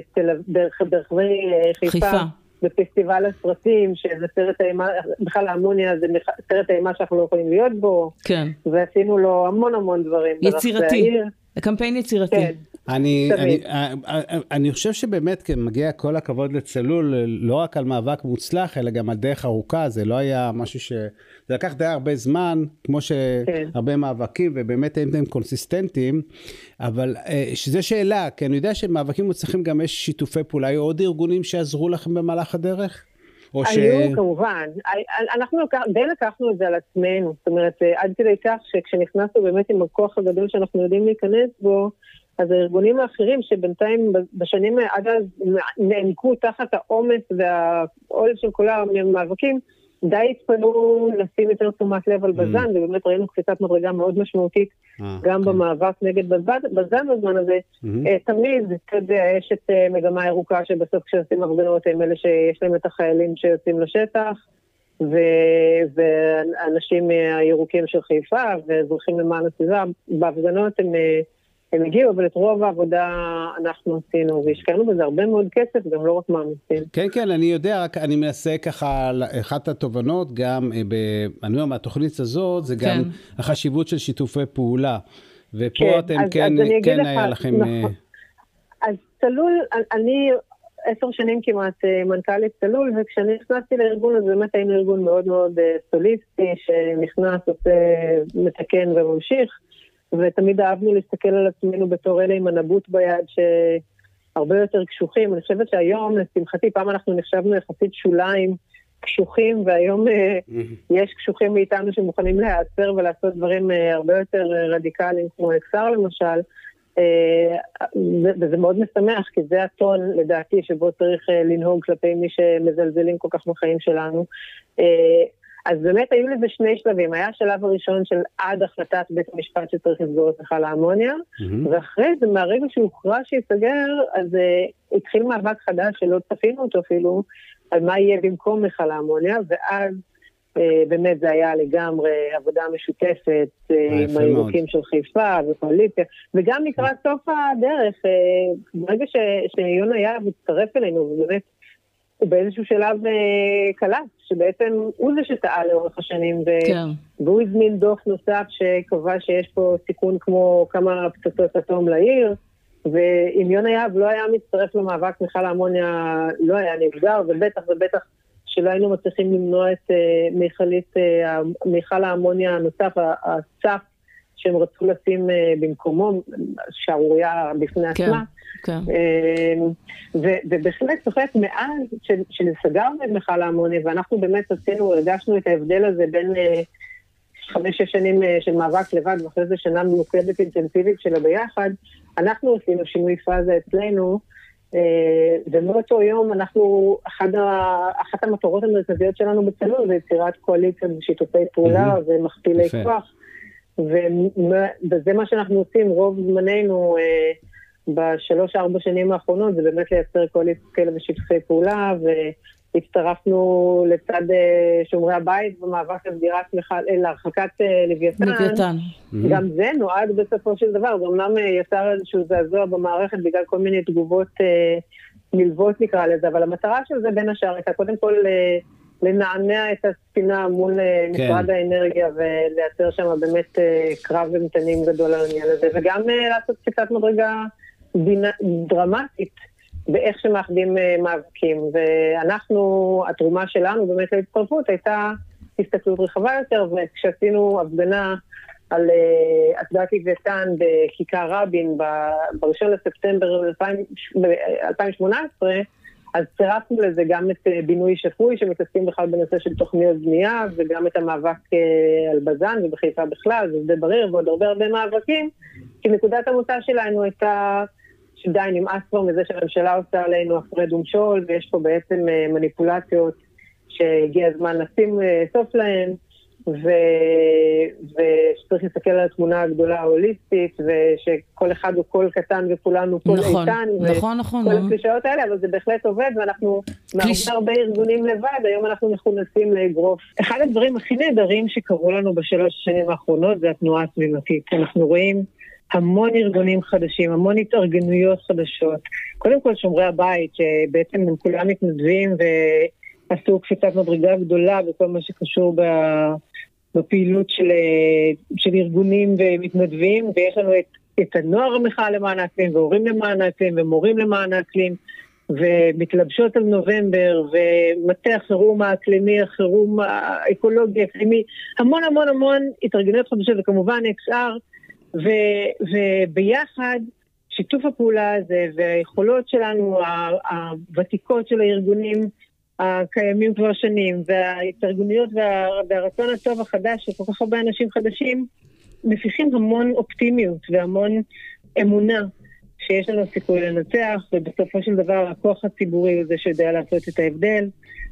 Speaker 5: חיפה, בפסטיבל הסרטים, שזה סרט האימה, בכלל האמוניה זה סרט האימה שאנחנו לא יכולים להיות בו, ועשינו לו המון המון דברים.
Speaker 2: יצירתי. הקמפיין יצירתי. כן.
Speaker 1: אני, אני, אני חושב שבאמת מגיע כל הכבוד לצלול, לא רק על מאבק מוצלח, אלא גם על דרך ארוכה, זה לא היה משהו ש... זה לקח די הרבה זמן, כמו שהרבה מאבקים, ובאמת הם קונסיסטנטיים, אבל שזה שאלה, כי אני יודע שמאבקים מוצלחים גם יש שיתופי פעולה, היו עוד ארגונים שעזרו לכם במהלך הדרך?
Speaker 5: היו ש... כמובן, אנחנו די לקחנו את זה על עצמנו, זאת אומרת, עד כדי כך שכשנכנסנו באמת עם הכוח הגדול שאנחנו יודעים להיכנס בו, אז הארגונים האחרים שבינתיים בשנים עד אז נענקו תחת העומס והעול של כל המאבקים, די התפנו לשים יותר תשומת לב על בזן, mm. ובאמת ראינו קפיצת מדרגה מאוד משמעותית, ah, גם okay. במאבק נגד בזן, בזן בזמן הזה. Mm-hmm. תמיד, אתה יודע, יש את מגמה ירוקה שבסוף כשעושים הפגנות הם אלה שיש להם את החיילים שיוצאים לשטח, ו- ואנשים הירוקים של חיפה, ואזרחים למען הסביבה, בהפגנות הם... הם הגיעו, אבל את רוב העבודה אנחנו עשינו, והשקענו בזה הרבה מאוד כסף, גם לא רק מאמצים.
Speaker 1: כן, כן, אני יודע, רק אני מנסה ככה, אחת התובנות, גם, ב, אני אומר, מהתוכנית הזאת, זה גם כן. החשיבות של שיתופי פעולה, ופה כן, אתם אז, כן, אז כן לך, היה לכם... נכון.
Speaker 5: אז צלול, אני עשר שנים כמעט מנכ"לית צלול, וכשאני נכנסתי לארגון, אז באמת היינו ארגון מאוד מאוד סוליסטי, שנכנס, עושה, מתקן וממשיך, ותמיד אהבנו להסתכל על עצמנו בתור אלה עם הנבוט ביד שהרבה יותר קשוחים. אני חושבת שהיום, לשמחתי, פעם אנחנו נחשבנו יחסית שוליים קשוחים, והיום יש קשוחים מאיתנו שמוכנים להיעצר ולעשות דברים הרבה יותר רדיקליים, כמו אקסר למשל, וזה מאוד משמח, כי זה הטון לדעתי שבו צריך לנהוג כלפי מי שמזלזלים כל כך בחיים שלנו. אז באמת היו לזה שני שלבים, היה השלב הראשון של עד החלטת בית המשפט שצריך לסגור את מיכל האמוניה, mm-hmm. ואחרי זה מהרגע שהוכרע שיסגר, אז uh, התחיל מאבק חדש שלא צפינו אותו אפילו, על מה יהיה במקום מיכל האמוניה, ואז uh, באמת זה היה לגמרי עבודה משותפת, uh, עם הירוקים של חיפה וקואליציה, וגם לקראת סוף הדרך, uh, ברגע ש- שיונה יהב הצטרף אלינו, ובאמת, הוא באיזשהו שלב אה, קלט, שבעצם הוא זה שטעה לאורך השנים, ו... כן. והוא הזמין דוח נוסף שקבע שיש פה סיכון כמו כמה פצצות אטום לעיר, ואם יונה יהב לא היה מצטרף למאבק מיכל האמוניה, לא היה נפגר, ובטח ובטח שלא היינו מצליחים למנוע את אה, מיכלית, אה, מיכל האמוניה הנוסף, הצף שהם רצו לשים אה, במקומו, שערוריה בפני כן. עצמה, כן. ובהחלט צוחק מאז שנסגרנו את מיכל האמוניה, ואנחנו באמת עשינו, הרגשנו את ההבדל הזה בין חמש-שש שנים של מאבק לבד, ואחרי זה שנה ממוקדת אינטנסיבית שלה ביחד, אנחנו עשינו שינוי פאזה אצלנו, ומאותו יום אנחנו, אחת המטרות המרכזיות שלנו בצלול, זה יצירת קואליציה ושיתופי פעולה ומכפילי כוח, וזה מה שאנחנו עושים רוב זמננו, בשלוש ארבע שנים האחרונות, זה באמת לייצר קואליציות כאלה ושיתופי פעולה, והצטרפנו לצד שומרי הבית במאבק לסגירת להרחקת לוויתן. גם זה נועד בסופו של דבר, זה אומנם יצר איזשהו זעזוע במערכת בגלל כל מיני תגובות מלוות נקרא לזה, אבל המטרה של זה בין השאר הייתה קודם כל לנענע את הספינה מול משרד האנרגיה ולייצר שם באמת קרב ומתנים גדול על העניין הזה, וגם לעשות קצת מדרגה דרמטית באיך שמאחדים מאבקים, ואנחנו, התרומה שלנו באמת להצטרפות הייתה הסתכלות רחבה יותר, וכשעשינו הפגנה על אסדת לוויתן בכיכר רבין ב-ראשון לספטמבר אלפיים שמונה עשרה, אז צירפנו לזה גם את בינוי שפוי, שמתעסקים בכלל בנושא של תוכניות בנייה, וגם את המאבק על בזן ובחיפה בכלל, ושדה בריר ועוד הרבה הרבה מאבקים, כי נקודת המוצא שלנו הייתה שדי נמאס כבר מזה שהממשלה עושה עלינו הפרד ומשול, ויש פה בעצם מניפולציות שהגיע הזמן לשים סוף להן, ו... ושצריך להסתכל על התמונה הגדולה ההוליסטית, ושכל אחד הוא קול קטן וכולנו קול
Speaker 2: נכון,
Speaker 5: איתן,
Speaker 2: נכון, נכון,
Speaker 5: וכל
Speaker 2: נכון.
Speaker 5: הקלישאות האלה, אבל זה בהחלט עובד, ואנחנו קליש... מהרבה הרבה ארגונים לבד, היום אנחנו מכונסים לאגרוף. אחד הדברים הכי נהדרים שקרו לנו בשלוש השנים האחרונות, זה התנועה הסביבתית. אנחנו רואים המון ארגונים חדשים, המון התארגנויות חדשות. קודם כל שומרי הבית, שבעצם הם כולם מתנדבים ועשו קפיצת מדרגה גדולה בכל מה שקשור בפעילות של, של ארגונים ומתנדבים, ויש לנו את, את הנוער המחאה למען האקלים, והורים למען האקלים, ומורים למען האקלים, ומתלבשות על נובמבר, ומטה החירום האקלימי, החירום האקולוגי, האקלימי, המון המון המון התארגנויות חדשות, וכמובן אקס אר, ו- וביחד שיתוף הפעולה הזה והיכולות שלנו הוותיקות של הארגונים הקיימים כבר שנים וההתארגנויות וה- והרצון הטוב החדש של כל כך הרבה אנשים חדשים מפיחים המון אופטימיות והמון אמונה שיש לנו סיכוי לנצח, ובסופו של דבר הכוח הציבורי הוא זה שיודע לעשות את ההבדל.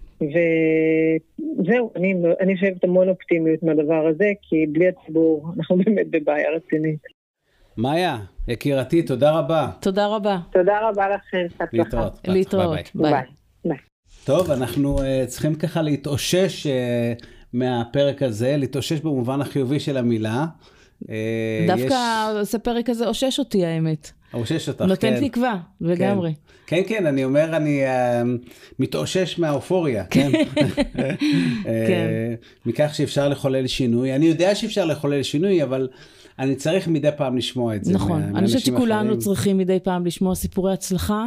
Speaker 5: וזהו, אני, אני חושבת המון אופטימיות מהדבר הזה, כי בלי הציבור אנחנו באמת בבעיה רצינית.
Speaker 1: מאיה, יקירתי, תודה רבה.
Speaker 2: תודה רבה.
Speaker 5: תודה רבה לכם.
Speaker 1: להתראות.
Speaker 2: להתראות. ביי. ביי. ביי.
Speaker 1: טוב, אנחנו uh, צריכים ככה להתאושש uh, מהפרק הזה, להתאושש במובן החיובי של המילה.
Speaker 2: Uh, דווקא יש... הפרק הזה אושש אותי, האמת.
Speaker 1: אושש אותך, כן.
Speaker 2: נותן תקווה, לגמרי.
Speaker 1: כן, כן, כן, אני אומר, אני uh, מתאושש מהאופוריה, כן?
Speaker 2: כן.
Speaker 1: מכך שאפשר לחולל שינוי. אני יודע שאפשר לחולל שינוי, אבל אני צריך מדי פעם לשמוע את זה.
Speaker 2: נכון, אני חושבת שכולנו צריכים מדי פעם לשמוע סיפורי הצלחה,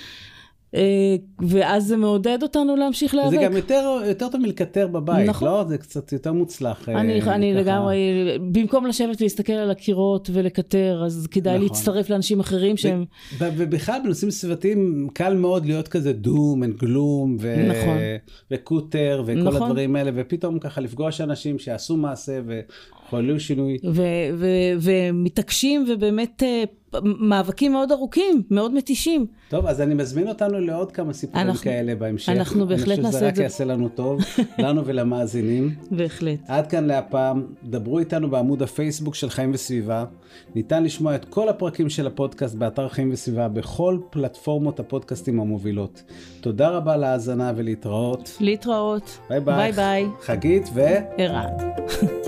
Speaker 2: ואז זה מעודד אותנו להמשיך להיאבק.
Speaker 1: זה גם יותר, יותר טוב מלקטר בבית, נכון. לא? זה קצת יותר מוצלח.
Speaker 2: אני, אני לגמרי, במקום לשבת ולהסתכל על הקירות ולקטר, אז כדאי נכון. להצטרף לאנשים אחרים שהם...
Speaker 1: ו- ובכלל, בנושאים סביבתיים, קל מאוד להיות כזה דום and gloom, ו- נכון. וקוטר, וכל נכון. הדברים האלה, ופתאום ככה לפגוש אנשים שעשו מעשה וחוללו שינוי.
Speaker 2: ו- ו- ומתעקשים, ובאמת... מאבקים מאוד ארוכים, מאוד מתישים.
Speaker 1: טוב, אז אני מזמין אותנו לעוד כמה סיפורים אנחנו, כאלה בהמשך.
Speaker 2: אנחנו בהחלט נעשה את זה.
Speaker 1: אני חושב שזה רק יעשה לנו טוב, לנו ולמאזינים.
Speaker 2: בהחלט.
Speaker 1: עד כאן להפעם, דברו איתנו בעמוד הפייסבוק של חיים וסביבה. ניתן לשמוע את כל הפרקים של הפודקאסט באתר חיים וסביבה, בכל פלטפורמות הפודקאסטים המובילות. תודה רבה להאזנה ולהתראות.
Speaker 2: להתראות.
Speaker 1: ביי ביי.
Speaker 2: ביי ביי.
Speaker 1: חגית ו...
Speaker 2: ערן.